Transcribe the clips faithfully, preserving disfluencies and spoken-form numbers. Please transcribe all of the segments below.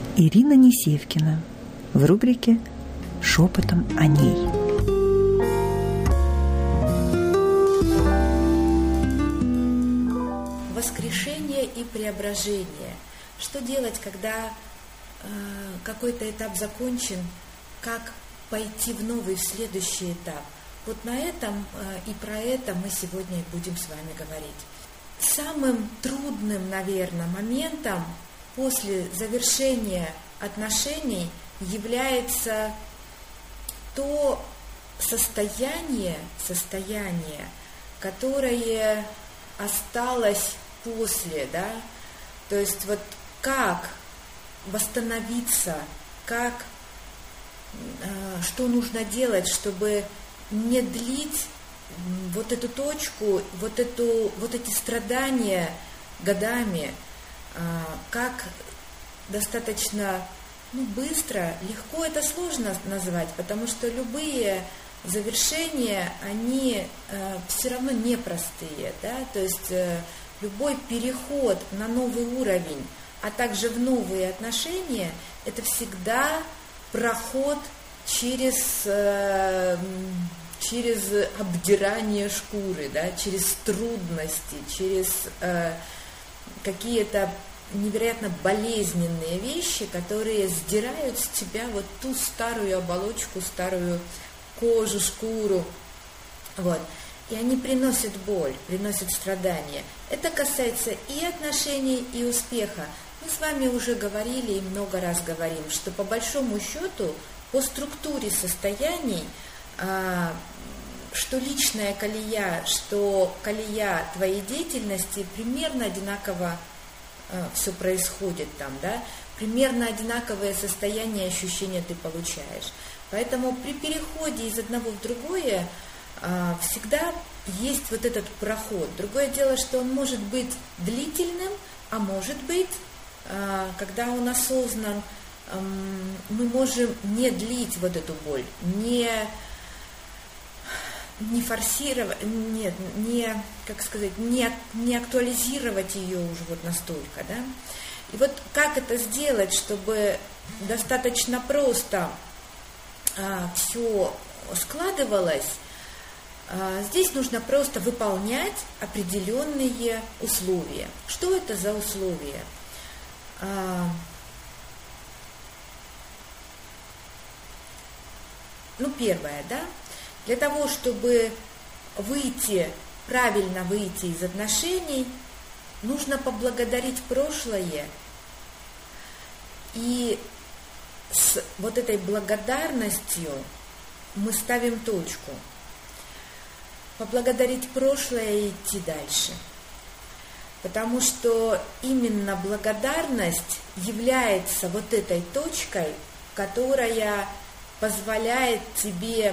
Ирина Несевкина в рубрике «Шепотом о ней». Воскрешение и преображение. Что делать, когда э, какой-то этап закончен? Как пойти в новый, в следующий этап? Вот на этом э, и про это мы сегодня и будем с вами говорить. Самым трудным, наверное, моментом после завершения отношений является то состояние, состояние, которое осталось после, да, то есть вот как восстановиться, как, э, что нужно делать, чтобы не длить вот эту точку, вот, эту, вот эти страдания годами, э, как достаточно ну, быстро, легко это сложно назвать, потому что любые завершения, они э, все равно непростые, да, то есть э, любой переход на новый уровень, а также в новые отношения, это всегда проход через, э, через обдирание шкуры, да, через трудности, через э, какие-то невероятно болезненные вещи, которые сдирают с тебя вот ту старую оболочку, старую кожу, шкуру, вот. И они приносят боль, приносят страдания. Это касается и отношений, и успеха. Мы с вами уже говорили и много раз говорим, что по большому счету, по структуре состояний, а, что личная колея, что колея твоей деятельности примерно одинаково а, все происходит там, да, примерно одинаковое состояние, ощущения ты получаешь. Поэтому при переходе из одного в другое всегда есть вот этот проход. Другое дело, что он может быть длительным, а может быть, когда он осознан, мы можем не длить вот эту боль, не, не форсировать, нет, не, как сказать, не, не актуализировать ее уже вот настолько, да. И вот как это сделать, чтобы достаточно просто а, все складывалось, а, здесь нужно просто выполнять определенные условия. Что это за условия? А, ну, первое, да, для того, чтобы выйти, правильно выйти из отношений, нужно поблагодарить прошлое, и с вот этой благодарностью мы ставим точку. Поблагодарить прошлое и идти дальше. Потому что именно благодарность является вот этой точкой, которая позволяет тебе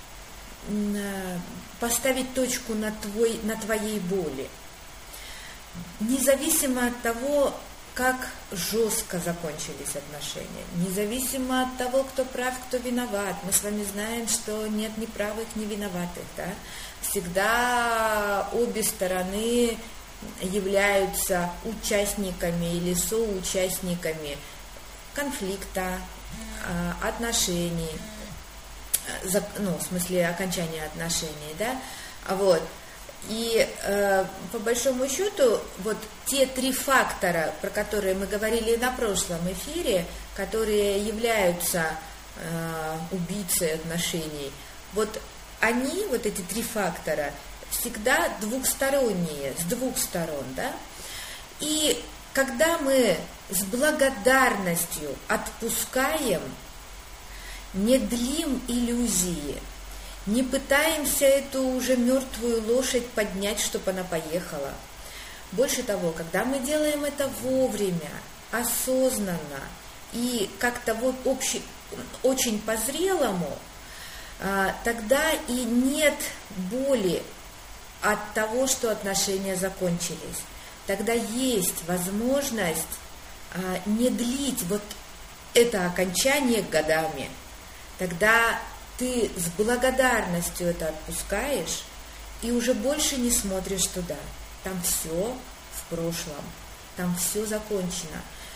поставить точку на, твой, на твоей боли. Независимо от того, как жестко закончились отношения, независимо от того, кто прав, кто виноват. Мы с вами знаем, что нет ни правых, ни виноватых. Да? Всегда обе стороны являются участниками или соучастниками конфликта, отношений, ну, в смысле окончания отношений, да, вот. И э, по большому счету, вот те три фактора, про которые мы говорили на прошлом эфире, которые являются э, убийцей отношений, вот они, вот эти три фактора, всегда двухсторонние, с двух сторон, да. И когда мы с благодарностью отпускаем, не длим иллюзии, не пытаемся эту уже мертвую лошадь поднять, чтобы она поехала. Больше того, когда мы делаем это вовремя, осознанно и как-то вот общий, очень по-зрелому, тогда и нет боли от того, что отношения закончились. Тогда есть возможность не длить вот это окончание годами. Тогда ты с благодарностью это отпускаешь и уже больше не смотришь туда. Там все в прошлом, там все закончено.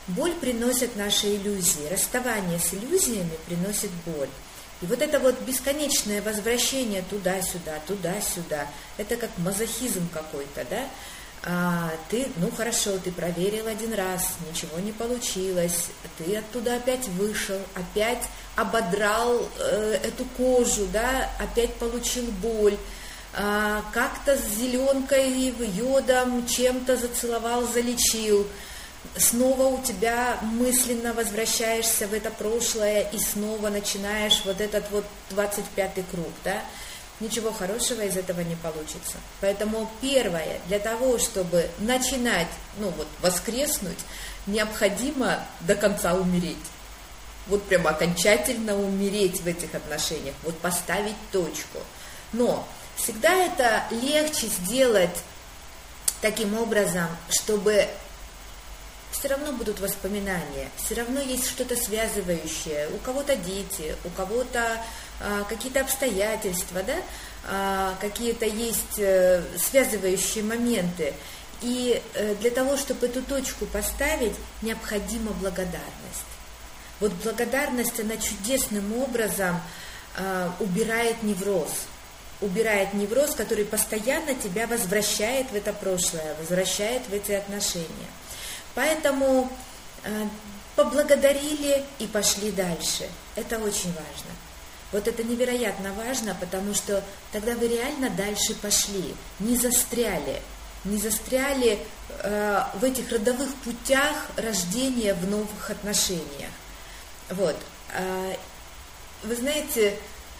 Боль приносит наши иллюзии, расставание с иллюзиями приносит боль. И вот это вот бесконечное возвращение туда-сюда, туда-сюда, это как мазохизм какой-то, да? А, ты, ну хорошо, ты проверил один раз, ничего не получилось, ты оттуда опять вышел, опять ободрал э, эту кожу, да, опять получил боль, а, как-то с зеленкой, йодом, чем-то зацеловал, залечил. Снова у тебя мысленно возвращаешься в это прошлое и снова начинаешь вот этот вот двадцать пятый круг, да? Ничего хорошего из этого не получится. Поэтому первое, для того, чтобы начинать, ну вот, воскреснуть, необходимо до конца умереть. Вот прямо окончательно умереть в этих отношениях, вот поставить точку. Но всегда это легче сделать таким образом, чтобы все равно будут воспоминания, все равно есть что-то связывающее. У кого-то дети, у кого-то а, какие-то обстоятельства, да, а, какие-то есть а, связывающие моменты. И а, для того, чтобы эту точку поставить, необходима благодарность. Вот благодарность, она чудесным образом а, убирает невроз. Убирает невроз, который постоянно тебя возвращает в это прошлое, возвращает в эти отношения. Поэтому э, поблагодарили и пошли дальше. Это очень важно. Вот это невероятно важно, потому что тогда вы реально дальше пошли, не застряли, не застряли э, в этих родовых путях рождения в новых отношениях. Вот. Э, вы знаете,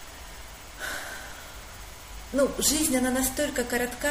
ну, жизнь, она настолько коротка.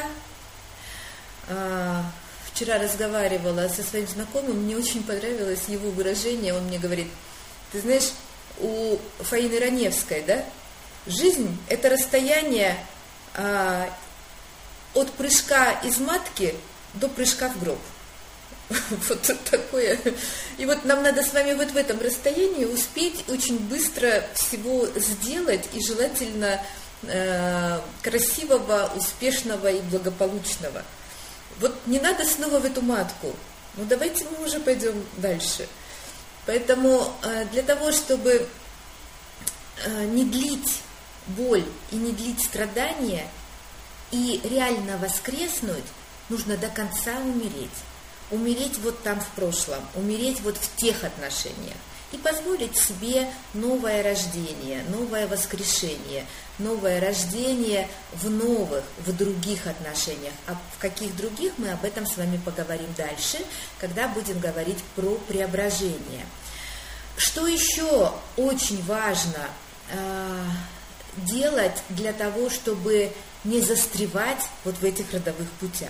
Э, Вчера разговаривала со своим знакомым, мне очень понравилось его выражение, он мне говорит, ты знаешь, у Фаины Раневской, да, жизнь – это расстояние а, от прыжка из матки до прыжка в гроб. Вот такое. И вот нам надо с вами вот в этом расстоянии успеть очень быстро всего сделать, и желательно э, красивого, успешного и благополучного. Вот не надо снова в эту матку. Ну, давайте мы уже пойдем дальше. Поэтому э, для того, чтобы э, не длить боль и не длить страдания, и реально воскреснуть, нужно до конца умереть. Умереть вот там в прошлом, умереть вот в тех отношениях. И позволить себе новое рождение, новое воскрешение, новое рождение в новых, в других отношениях. А в каких других, мы об этом с вами поговорим дальше, когда будем говорить про преображение. Что еще очень важно э, делать для того, чтобы не застревать вот в этих родовых путях?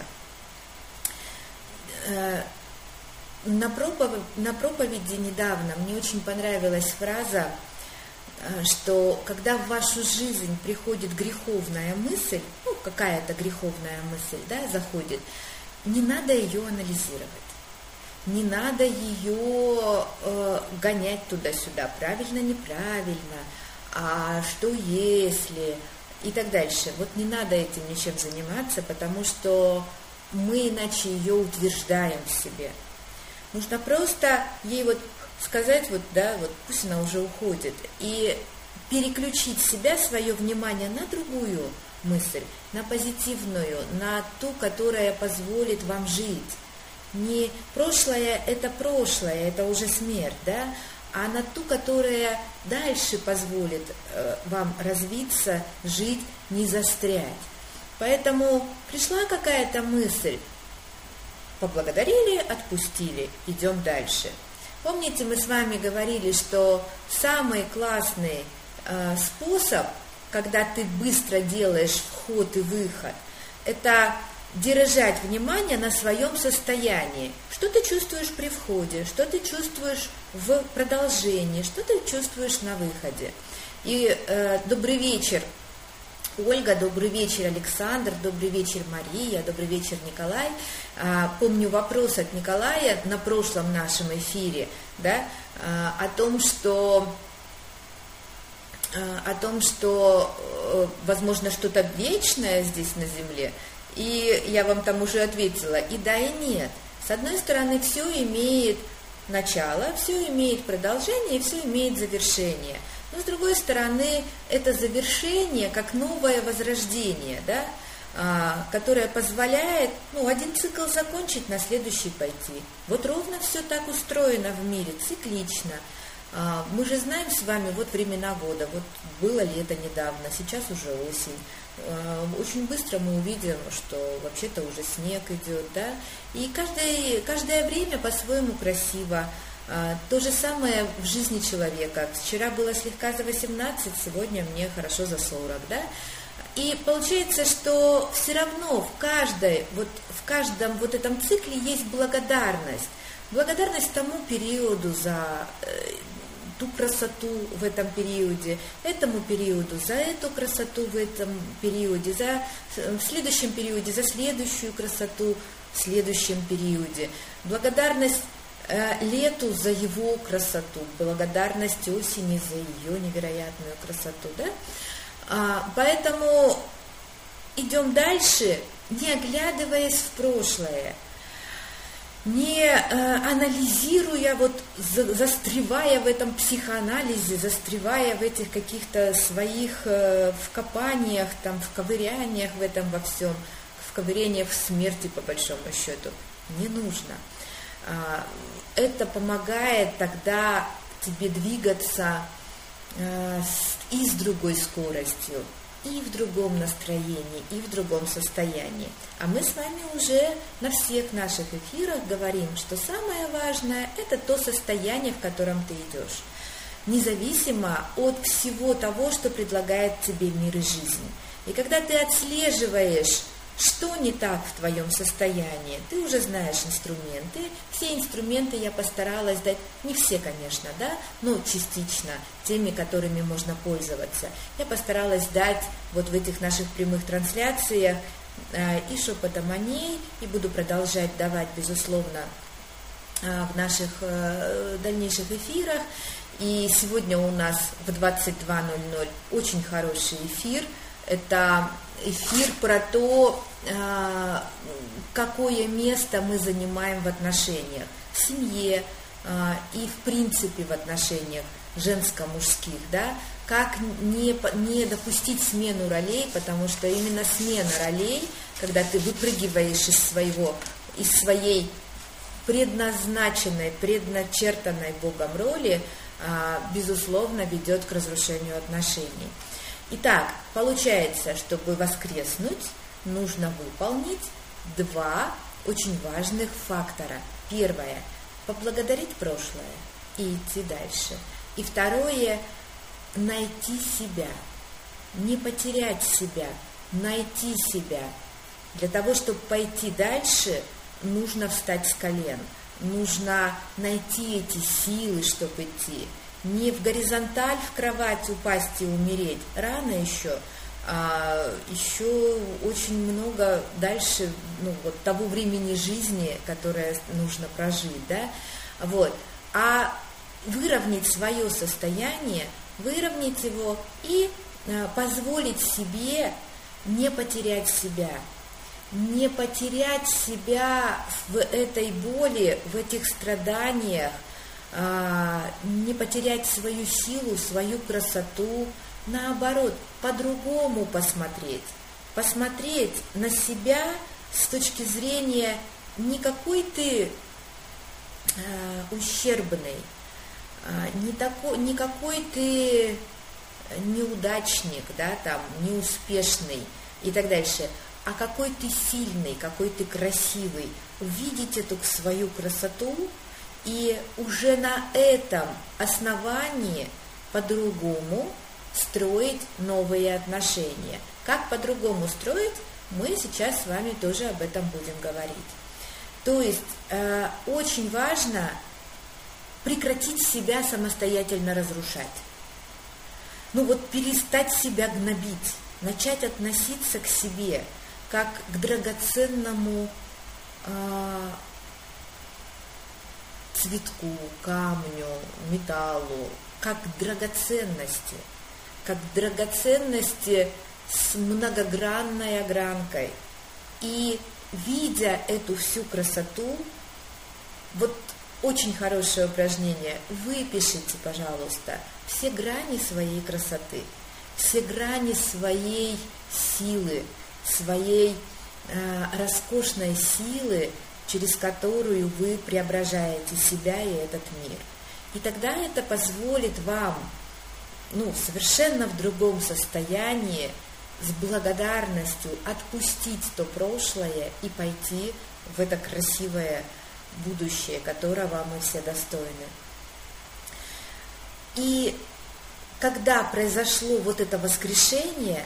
Э, На проповеди, на проповеди недавно мне очень понравилась фраза, что когда в вашу жизнь приходит греховная мысль, ну, какая-то греховная мысль, да, заходит, не надо ее анализировать, не надо ее э, гонять туда-сюда, правильно, неправильно, а что если, и так дальше. Вот не надо этим ничем заниматься, потому что мы иначе ее утверждаем в себе. Нужно просто ей вот сказать, вот, да, вот пусть она уже уходит, и переключить себя, свое внимание на другую мысль, на позитивную, на ту, которая позволит вам жить. Не прошлое – это прошлое, это уже смерть, да, а на ту, которая дальше позволит э, вам развиться, жить, не застрять. Поэтому пришла какая-то мысль, поблагодарили, отпустили, идем дальше. Помните, мы с вами говорили, что самый классный э, способ, когда ты быстро делаешь вход и выход, это держать внимание на своем состоянии. Что ты чувствуешь при входе, что ты чувствуешь в продолжении, что ты чувствуешь на выходе. И э, добрый вечер, Ольга, добрый вечер, Александр, добрый вечер, Мария, добрый вечер, Николай. А, помню вопрос от Николая на прошлом нашем эфире, да, а, о том, что, а, о том, что, возможно, что-то вечное здесь на земле. И я вам там уже ответила, и да, и нет. С одной стороны, все имеет начало, все имеет продолжение и все имеет завершение. Но, с другой стороны, это завершение как новое возрождение, да, а, которое позволяет, ну, один цикл закончить, на следующий пойти. Вот ровно все так устроено в мире, циклично. А, мы же знаем с вами вот времена года, вот было лето недавно, сейчас уже осень. А, очень быстро мы увидим, что вообще-то уже снег идет, да, и каждое, каждое время по-своему красиво. А, то же самое в жизни человека. Вчера было слегка за восемнадцать, сегодня мне хорошо за сорок, да. И получается, что все равно в, каждой, вот, в каждом вот этом цикле есть благодарность. Благодарность тому периоду за э, ту красоту в этом периоде, этому периоду за эту красоту в этом периоде, за, в следующем периоде за следующую красоту в следующем периоде. Благодарность лету за его красоту, благодарность осени за ее невероятную красоту, да? А, поэтому идем дальше, не оглядываясь в прошлое, не э, анализируя, вот, за, застревая в этом психоанализе, застревая в этих каких-то своих э, вкопаниях, там, вковыряниях в этом во всем, вковыряниях в смерти, по большому счету, не нужно. Это помогает тогда тебе двигаться и с другой скоростью, и в другом настроении, и в другом состоянии. А мы с вами уже на всех наших эфирах говорим, что самое важное – это то состояние, в котором ты идешь, независимо от всего того, что предлагает тебе мир и жизнь. И когда ты отслеживаешь, что не так в твоем состоянии, ты уже знаешь инструменты. Все инструменты я постаралась дать, не все, конечно, да, но частично, теми, которыми можно пользоваться. Я постаралась дать вот в этих наших прямых трансляциях э, и шепотом о ней, и буду продолжать давать, безусловно, э, в наших э, дальнейших эфирах. И сегодня у нас в двадцать два ноль ноль очень хороший эфир. Это эфир про то, какое место мы занимаем в отношениях, в семье и в принципе в отношениях женско-мужских, да, как не, не допустить смену ролей, потому что именно смена ролей, когда ты выпрыгиваешь из своего, из своей предназначенной, предначертанной Богом роли, безусловно, ведет к разрушению отношений. Итак, получается, чтобы воскреснуть, нужно выполнить два очень важных фактора. Первое – поблагодарить прошлое и идти дальше. И второе – найти себя, не потерять себя, найти себя. Для того, чтобы пойти дальше, нужно встать с колен, нужно найти эти силы, чтобы идти. Не в горизонталь, в кровать упасть и умереть, рано еще, а еще очень много дальше, ну, вот, того времени жизни, которое нужно прожить, да, вот, а выровнять свое состояние, выровнять его и а, позволить себе не потерять себя, не потерять себя в этой боли, в этих страданиях, не потерять свою силу, свою красоту, наоборот, по-другому посмотреть, посмотреть на себя с точки зрения не какой ты э, ущербный, э, не, такой, не какой ты неудачник, да, там, неуспешный и так дальше, а какой ты сильный, какой ты красивый, увидеть эту свою красоту и уже на этом основании по-другому строить новые отношения. Как по-другому строить, мы сейчас с вами тоже об этом будем говорить. То есть э, очень важно прекратить себя самостоятельно разрушать. Ну вот перестать себя гнобить, начать относиться к себе как к драгоценному э, цветку, камню, металлу, как драгоценности, как драгоценности с многогранной огранкой. И видя эту всю красоту, вот очень хорошее упражнение. Выпишите, пожалуйста, все грани своей красоты, все грани своей силы, своей э, роскошной силы, через которую вы преображаете себя и этот мир. И тогда это позволит вам, ну, совершенно в другом состоянии, с благодарностью отпустить то прошлое и пойти в это красивое будущее, которого мы все достойны. И когда произошло вот это воскрешение,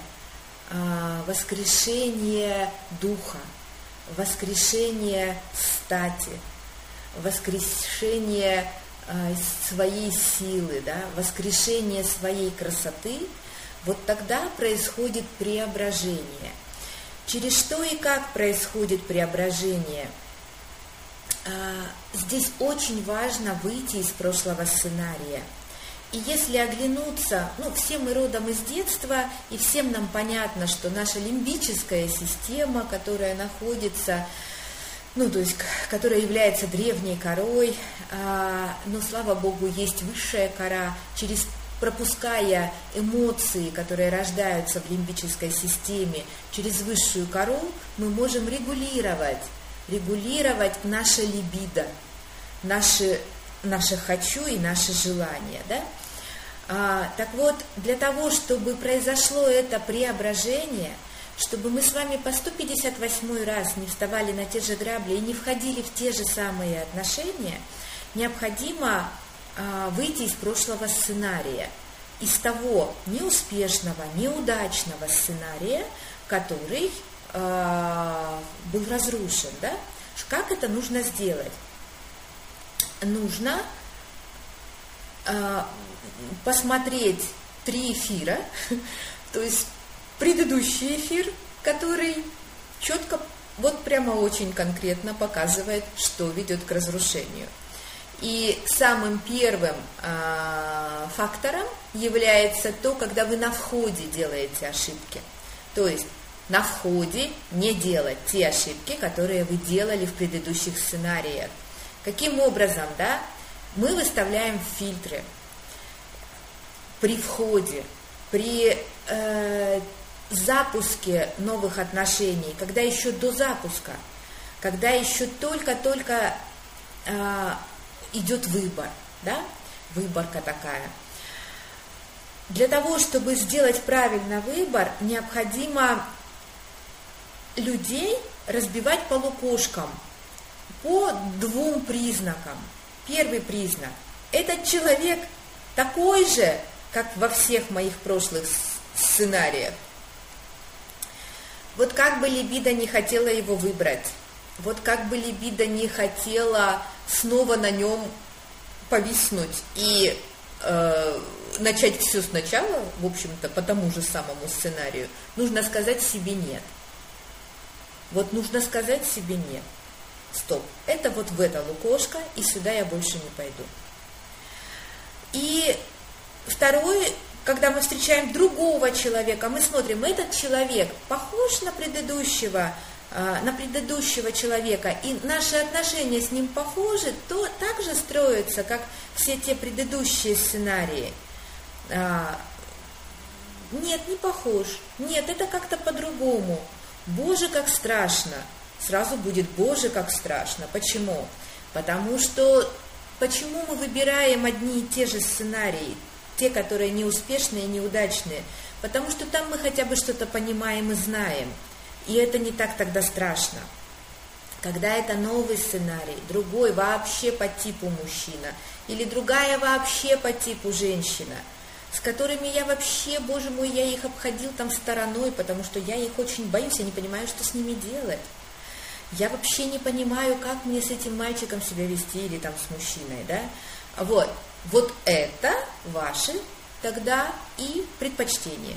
воскрешение духа, воскрешение стати, воскрешение своей силы, да, воскрешение своей красоты, вот тогда происходит преображение. Через что и как происходит преображение? Здесь очень важно выйти из прошлого сценария. И если оглянуться, ну, все мы родом из детства, и всем нам понятно, что наша лимбическая система, которая находится, ну, то есть, которая является древней корой, но, слава Богу, есть высшая кора, через пропуская эмоции, которые рождаются в лимбической системе, через высшую кору, мы можем регулировать, регулировать наше либидо, наши, наше «хочу» и наше желание, да? А, так вот, для того, чтобы произошло это преображение, чтобы мы с вами по сто пятьдесят восьмой раз не вставали на те же грабли и не входили в те же самые отношения, необходимо выйти из прошлого сценария, из того неуспешного, неудачного сценария, который э, был разрушен. Да? Как это нужно сделать? Нужно э, посмотреть три эфира, то есть предыдущий эфир, который четко, вот прямо очень конкретно показывает, что ведет к разрушению. И самым первым э, фактором является то, когда вы на входе делаете ошибки. То есть на входе не делать те ошибки, которые вы делали в предыдущих сценариях. Каким образом, да? Мы выставляем фильтры при входе, при э, запуске новых отношений, когда еще до запуска, когда еще только-только э, идет выбор, да, выборка такая. Для того, чтобы сделать правильный выбор, необходимо людей разбивать по лукошкам, по двум признакам. Первый признак – этот человек такой же, как во всех моих прошлых сценариях. Вот как бы либидо не хотела его выбрать, вот как бы либидо не хотела снова на нем повиснуть и э, начать все сначала, в общем-то, по тому же самому сценарию, нужно сказать себе «нет». Вот нужно сказать себе «нет». Стоп, это вот в это лукошко, и сюда я больше не пойду. И второе, когда мы встречаем другого человека, мы смотрим, этот человек похож на предыдущего, на предыдущего человека, и наши отношения с ним похожи, то так же строятся, как все те предыдущие сценарии. Нет, не похож. Нет, это как-то по-другому. Боже, как страшно. Сразу будет Боже, как страшно. Почему? Потому что почему мы выбираем одни и те же сценарии, те, которые неуспешные и неудачные? Потому что там мы хотя бы что-то понимаем и знаем. И это не так тогда страшно. Когда это новый сценарий, другой вообще по типу мужчина, или другая вообще по типу женщина, с которыми я вообще, боже мой, я их обходил там стороной, потому что я их очень боюсь, я не понимаю, что с ними делать. Я вообще не понимаю, как мне с этим мальчиком себя вести, или там с мужчиной, да? Вот, вот это ваши тогда и предпочтения.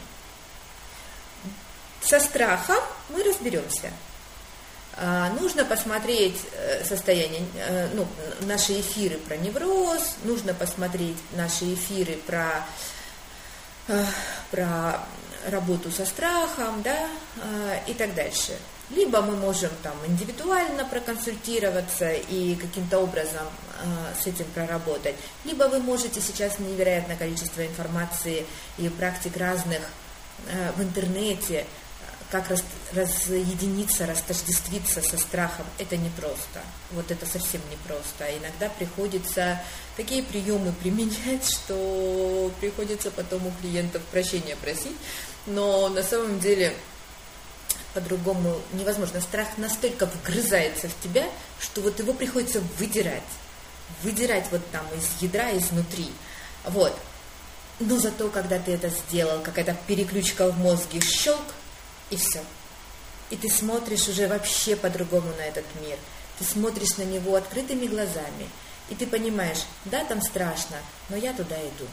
Со страхом мы разберемся. А, нужно посмотреть состояние, ну, наши эфиры про невроз, нужно посмотреть наши эфиры про, про работу со страхом, да, э, и так дальше. Либо мы можем там индивидуально проконсультироваться и каким-то образом э, с этим проработать, либо вы можете сейчас невероятное количество информации и практик разных э, в интернете, как раз, разъединиться, растождествиться со страхом. Это непросто. Вот это совсем непросто. Иногда приходится такие приемы применять, что приходится потом у клиентов прощения просить, но на самом деле по-другому невозможно. Страх настолько вгрызается в тебя, что вот его приходится выдирать. Выдирать вот там из ядра, изнутри. Вот. Но зато, когда ты это сделал, какая-то переключка в мозге, щелк, и все. И ты смотришь уже вообще по-другому на этот мир. Ты смотришь на него открытыми глазами. И ты понимаешь, да, там страшно, но я туда иду.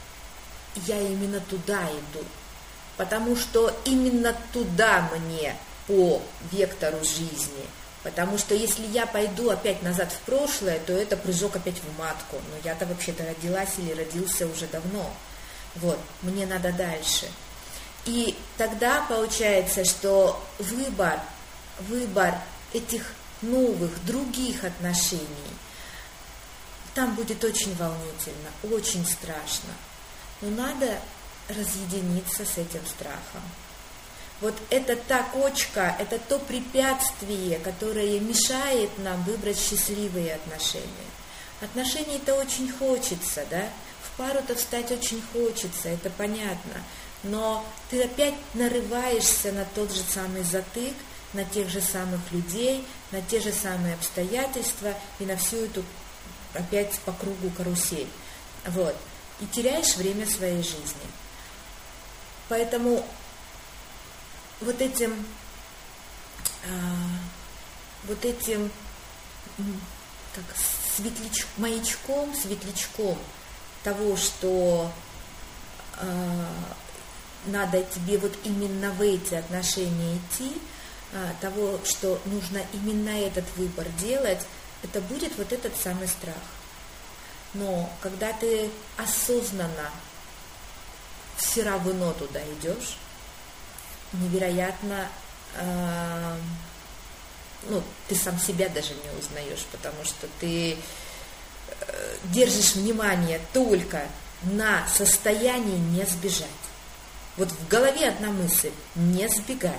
Я именно туда иду. Потому что именно туда мне по вектору жизни. Потому что если я пойду опять назад в прошлое, то это прыжок опять в матку. Но я-то вообще-то родилась или родился уже давно. Вот, мне надо дальше. И тогда получается, что выбор, выбор этих новых, других отношений, там будет очень волнительно, очень страшно. Но надо разъединиться с этим страхом. Вот это та кочка, это то препятствие, которое мешает нам выбрать счастливые отношения. Отношений-то очень хочется, да? В пару-то встать очень хочется, это понятно. Но ты опять нарываешься на тот же самый затык, на тех же самых людей, на те же самые обстоятельства и на всю эту опять по кругу карусель. Вот. И теряешь время своей жизни. Поэтому вот этим, а, вот этим как светляч, маячком, светлячком того, что а, надо тебе вот именно в эти отношения идти, а, того, что нужно именно этот выбор делать, это будет вот этот самый страх. Но когда ты осознанно все равно туда идешь, невероятно, э, ну, ты сам себя даже не узнаешь, потому что ты э, держишь внимание только на состоянии не сбежать. Вот в голове одна мысль – не сбегать.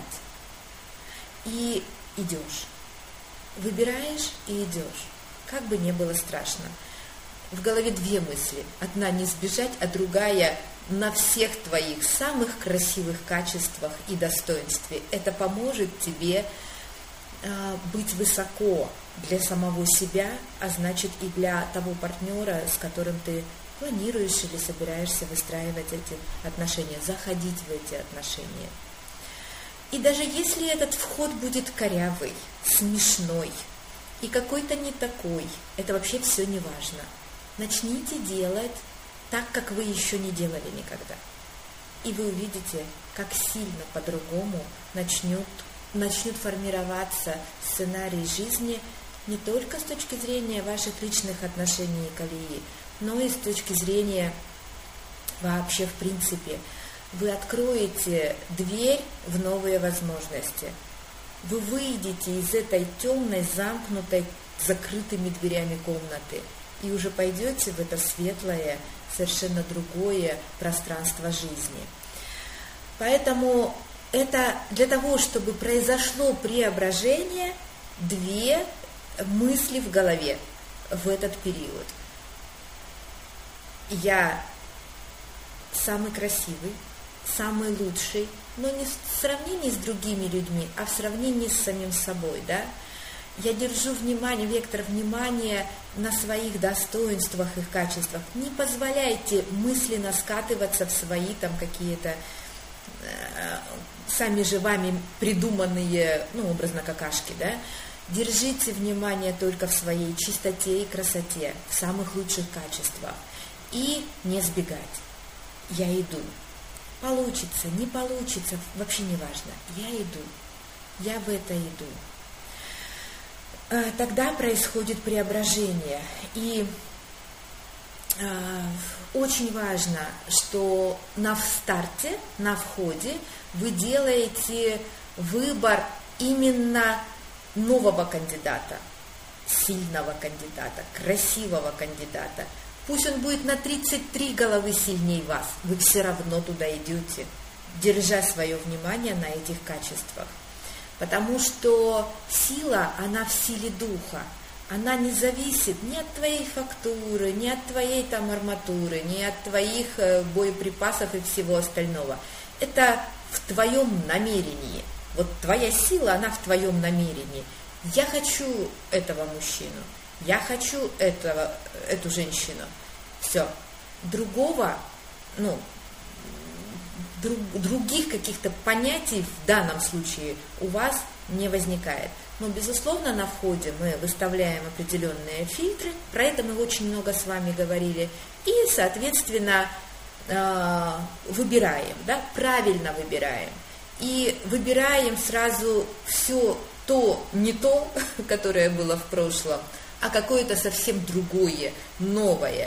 И идешь. Выбираешь и идешь. Как бы не было страшно. В голове две мысли. Одна не сбежать, а другая на всех твоих самых красивых качествах и достоинстве. Это поможет тебе э, быть высоко для самого себя, а значит и для того партнера, с которым ты планируешь или собираешься выстраивать эти отношения, заходить в эти отношения. И даже если этот вход будет корявый, смешной и какой-то не такой, это вообще все не важно. Начните делать так, как вы еще не делали никогда. И вы увидите, как сильно по-другому начнет, начнет формироваться сценарий жизни не только с точки зрения ваших личных отношений и колеи, но и с точки зрения вообще в принципе. Вы откроете дверь в новые возможности. Вы выйдете из этой темной, замкнутой, закрытыми дверями комнаты и уже пойдете в это светлое, совершенно другое пространство жизни. Поэтому это для того, чтобы произошло преображение, две мысли в голове в этот период. Я самый красивый, самый лучший, но не в сравнении с другими людьми, а в сравнении с самим собой, да? Я держу внимание, вектор внимания на своих достоинствах и качествах. Не позволяйте мысленно скатываться в свои там какие-то э, сами же вами придуманные, ну, образно, какашки, да? Держите внимание только в своей чистоте и красоте, в самых лучших качествах. И не сбегать. Я иду. Получится, не получится, вообще не важно. Я иду. Я в это иду. Тогда происходит преображение. И э, очень важно, что на старте, на входе вы делаете выбор именно нового кандидата, сильного кандидата, красивого кандидата. Пусть он будет на тридцать три головы сильнее вас, вы все равно туда идете, держа свое внимание на этих качествах. Потому что сила, она в силе духа. Она не зависит ни от твоей фактуры, ни от твоей там арматуры, ни от твоих боеприпасов и всего остального. Это в твоем намерении. Вот твоя сила, она в твоем намерении. Я хочу этого мужчину, я хочу этого, эту женщину. Все. Другого, ну, друг, других каких-то понятий в данном случае у вас не возникает. Но, безусловно, на входе мы выставляем определенные фильтры, про это мы очень много с вами говорили, и, соответственно, выбираем, да, правильно выбираем. И выбираем сразу все то, не то, которое было в прошлом, а какое-то совсем другое, новое,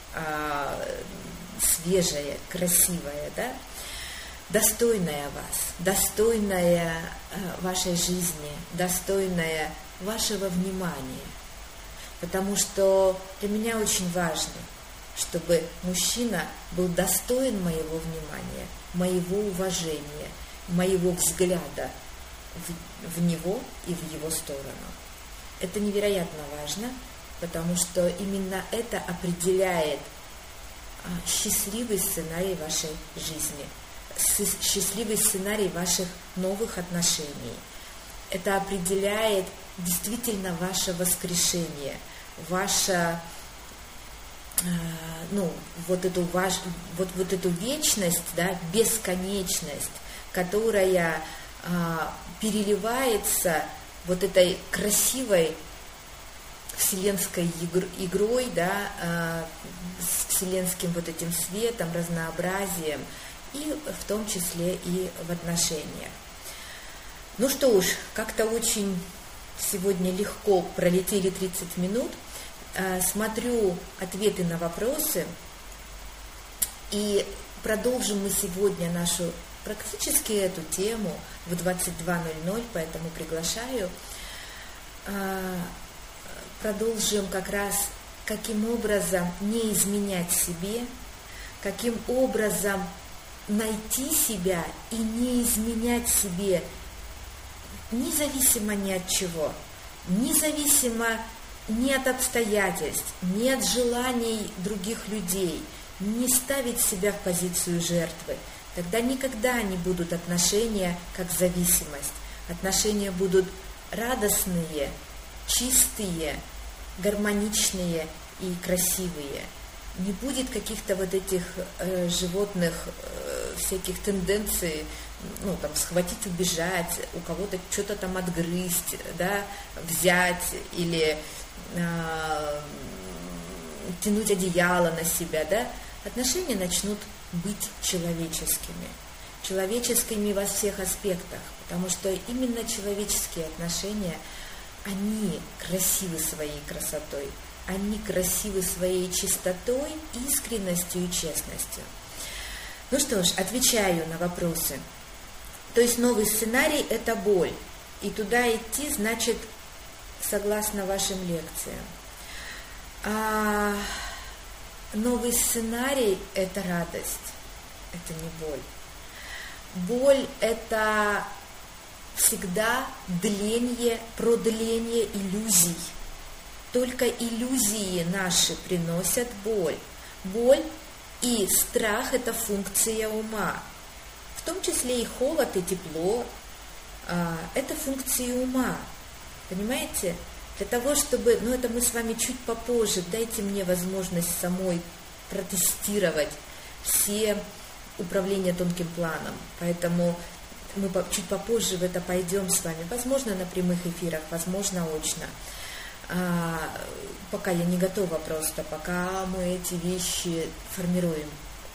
свежее, красивое, да, достойное вас, достойное вашей жизни, достойное вашего внимания. Потому что для меня очень важно, чтобы мужчина был достоин моего внимания, моего уважения, моего взгляда в, в него и в его сторону. Это невероятно важно, потому что именно это определяет а, счастливый сценарий вашей жизни, с, счастливый сценарий ваших новых отношений. Это определяет действительно ваше воскрешение, ваше, э, ну, вот эту, ваш, вот, вот эту вечность, да, бесконечность, которая э, переливается вот этой красивой вселенской игр, игрой, да, э, с вселенским вот этим светом, разнообразием, и в том числе и в отношениях. Ну что уж, как-то очень сегодня легко пролетели тридцать минут. Э, смотрю ответы на вопросы, и продолжим мы сегодня нашу практически эту тему в двадцать два ноль ноль, поэтому приглашаю. Э, продолжим как раз, каким образом не изменять себе, каким образом найти себя и не изменять себе, независимо ни от чего, независимо ни от обстоятельств, ни от желаний других людей, не ставить себя в позицию жертвы. Тогда никогда не будут отношения как зависимость. Отношения будут радостные, чистые, гармоничные и красивые. Не будет каких-то вот этих э, животных э, всяких тенденций, ну, там, схватить, убежать, у кого-то что-то там отгрызть, да, взять или э, тянуть одеяло на себя, да. Отношения начнут быть человеческими. Человеческими во всех аспектах, потому что именно человеческие отношения, они красивы своей красотой. Они красивы своей чистотой, искренностью и честностью. Ну что ж, отвечаю на вопросы. То есть новый сценарий – это боль. И туда идти значит, согласно вашим лекциям. А новый сценарий – это радость, это не боль. Боль – это всегда дление, продление иллюзий. Только иллюзии наши приносят боль. Боль и страх – это функция ума. В том числе и холод, и тепло – это функции ума. Понимаете? Для того, чтобы… Ну, это мы с вами чуть попозже. Дайте мне возможность самой протестировать все управления тонким планом. Поэтому мы чуть попозже в это пойдем с вами. Возможно, на прямых эфирах, возможно, очно. А, пока я не готова просто, пока мы эти вещи формируем.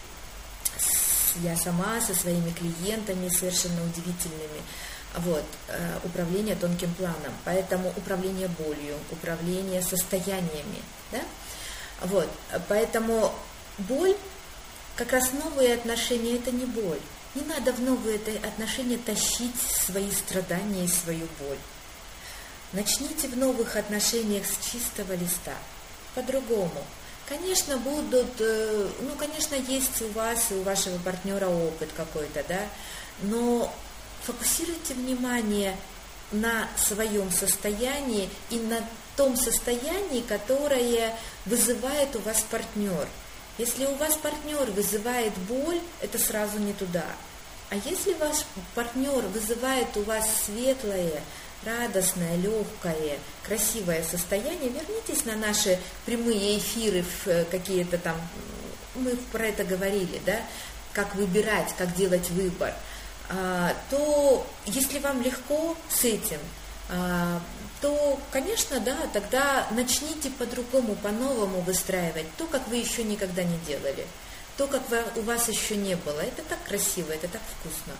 Я сама со своими клиентами совершенно удивительными. Вот, э, управление тонким планом. Поэтому управление болью, управление состояниями. Да? Вот, поэтому боль, как раз новые отношения, это не боль. Не надо в новые отношения тащить свои страдания и свою боль. Начните в новых отношениях с чистого листа, по-другому. Конечно, будут, ну, конечно, есть у вас и у вашего партнера опыт какой-то, да, но фокусируйте внимание на своем состоянии и на том состоянии, которое вызывает у вас партнер. Если у вас партнер вызывает боль, это сразу не туда. А если ваш партнер вызывает у вас светлое, радостное, легкое, красивое состояние, вернитесь на наши прямые эфиры, в какие-то там, мы про это говорили, да, как выбирать, как делать выбор, а, то если вам легко с этим, а, то, конечно, да, тогда начните по-другому, по-новому выстраивать то, как вы еще никогда не делали, то, как вы, у вас еще не было. Это так красиво, это так вкусно.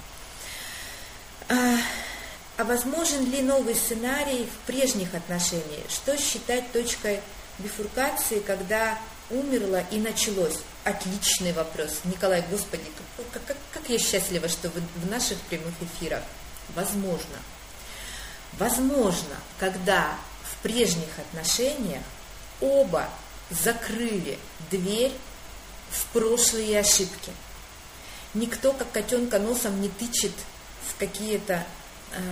А, а возможен ли новый сценарий в прежних отношениях? Что считать точкой бифуркации, когда умерло и началось? Отличный вопрос. Николай, Господи, как, как, как я счастлива, что вы в наших прямых эфирах. Возможно. Возможно, когда в прежних отношениях оба закрыли дверь в прошлые ошибки. Никто, как котенка, носом не тычет в какие-то э,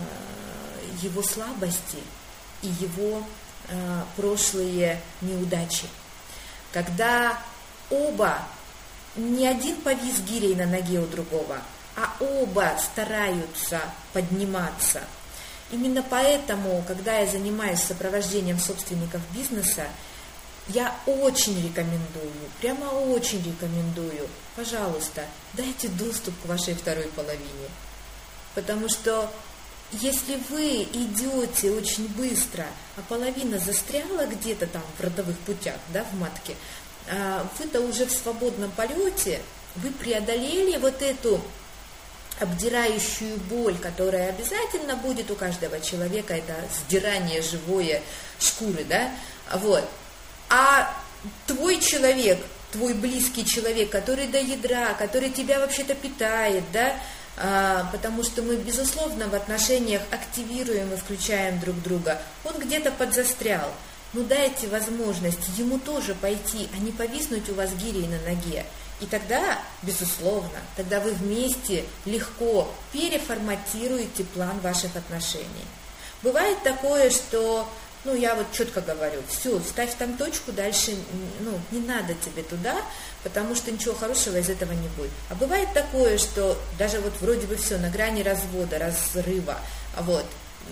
его слабости и его э, прошлые неудачи. Когда оба, не один повис гирей на ноге у другого, а оба стараются подниматься. Именно поэтому, когда я занимаюсь сопровождением собственников бизнеса, я очень рекомендую, прямо очень рекомендую, пожалуйста, дайте доступ к вашей второй половине. Потому что если вы идете очень быстро, а половина застряла где-то там в родовых путях, да, в матке, вы-то уже в свободном полете, вы преодолели вот эту обдирающую боль, которая обязательно будет у каждого человека, это сдирание живое шкуры, да, вот. А твой человек, твой близкий человек, который до ядра, который тебя вообще-то питает, да, а, потому что мы, безусловно, в отношениях активируем и включаем друг друга, он где-то подзастрял. Ну, дайте возможность ему тоже пойти, а не повиснуть у вас гирей на ноге. И тогда, безусловно, тогда вы вместе легко переформатируете план ваших отношений. Бывает такое, что, ну, я вот четко говорю, все, ставь там точку, дальше, ну, не надо тебе туда, потому что ничего хорошего из этого не будет. А бывает такое, что даже вот вроде бы все, на грани развода, разрыва, вот,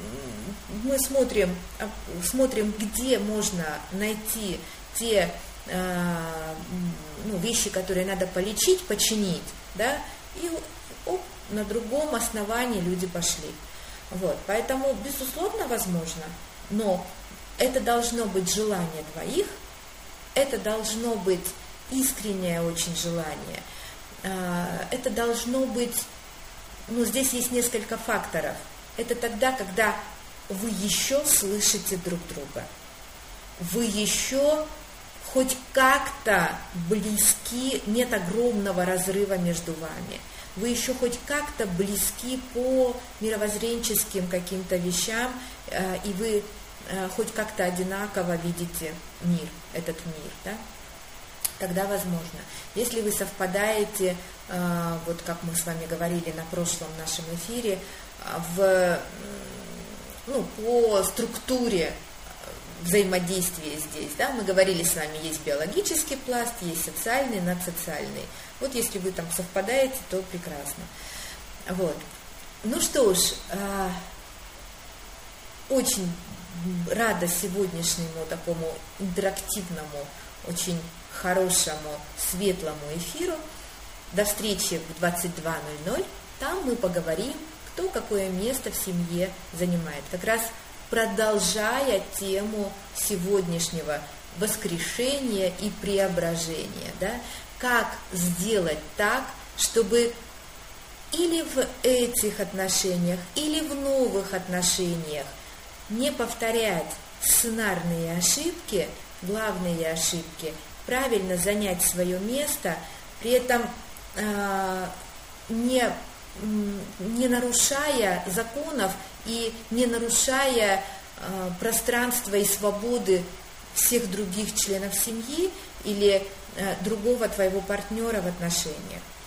мы смотрим, смотрим, где можно найти те ну, вещи, которые надо полечить, починить, да, и оп, на другом основании люди пошли. Вот, поэтому, безусловно, возможно, но это должно быть желание двоих, это должно быть искреннее очень желание, это должно быть, ну, здесь есть несколько факторов. Это тогда, когда вы еще слышите друг друга, вы еще хоть как-то близки, нет огромного разрыва между вами. Вы еще хоть как-то близки по мировоззренческим каким-то вещам, э, и вы э, хоть как-то одинаково видите мир, этот мир, да? Тогда возможно. Если вы совпадаете, э, вот как мы с вами говорили на прошлом нашем эфире, в, ну, по структуре взаимодействия здесь, да, мы говорили с вами, есть биологический пласт, есть социальный, надсоциальный. Вот если вы там совпадаете, то прекрасно. Вот. Ну что ж, э, очень рада сегодняшнему такому интерактивному, очень хорошему, светлому эфиру. До встречи в двадцать два ноль ноль. Там мы поговорим, кто какое место в семье занимает. Как раз продолжая тему сегодняшнего воскрешения и преображения, да, как сделать так, чтобы или в этих отношениях, или в новых отношениях не повторять сценарные ошибки, главные ошибки, правильно занять свое место, при этом э, не, не нарушая законов и не нарушая э, пространства и свободы всех других членов семьи или э, другого твоего партнера в отношениях.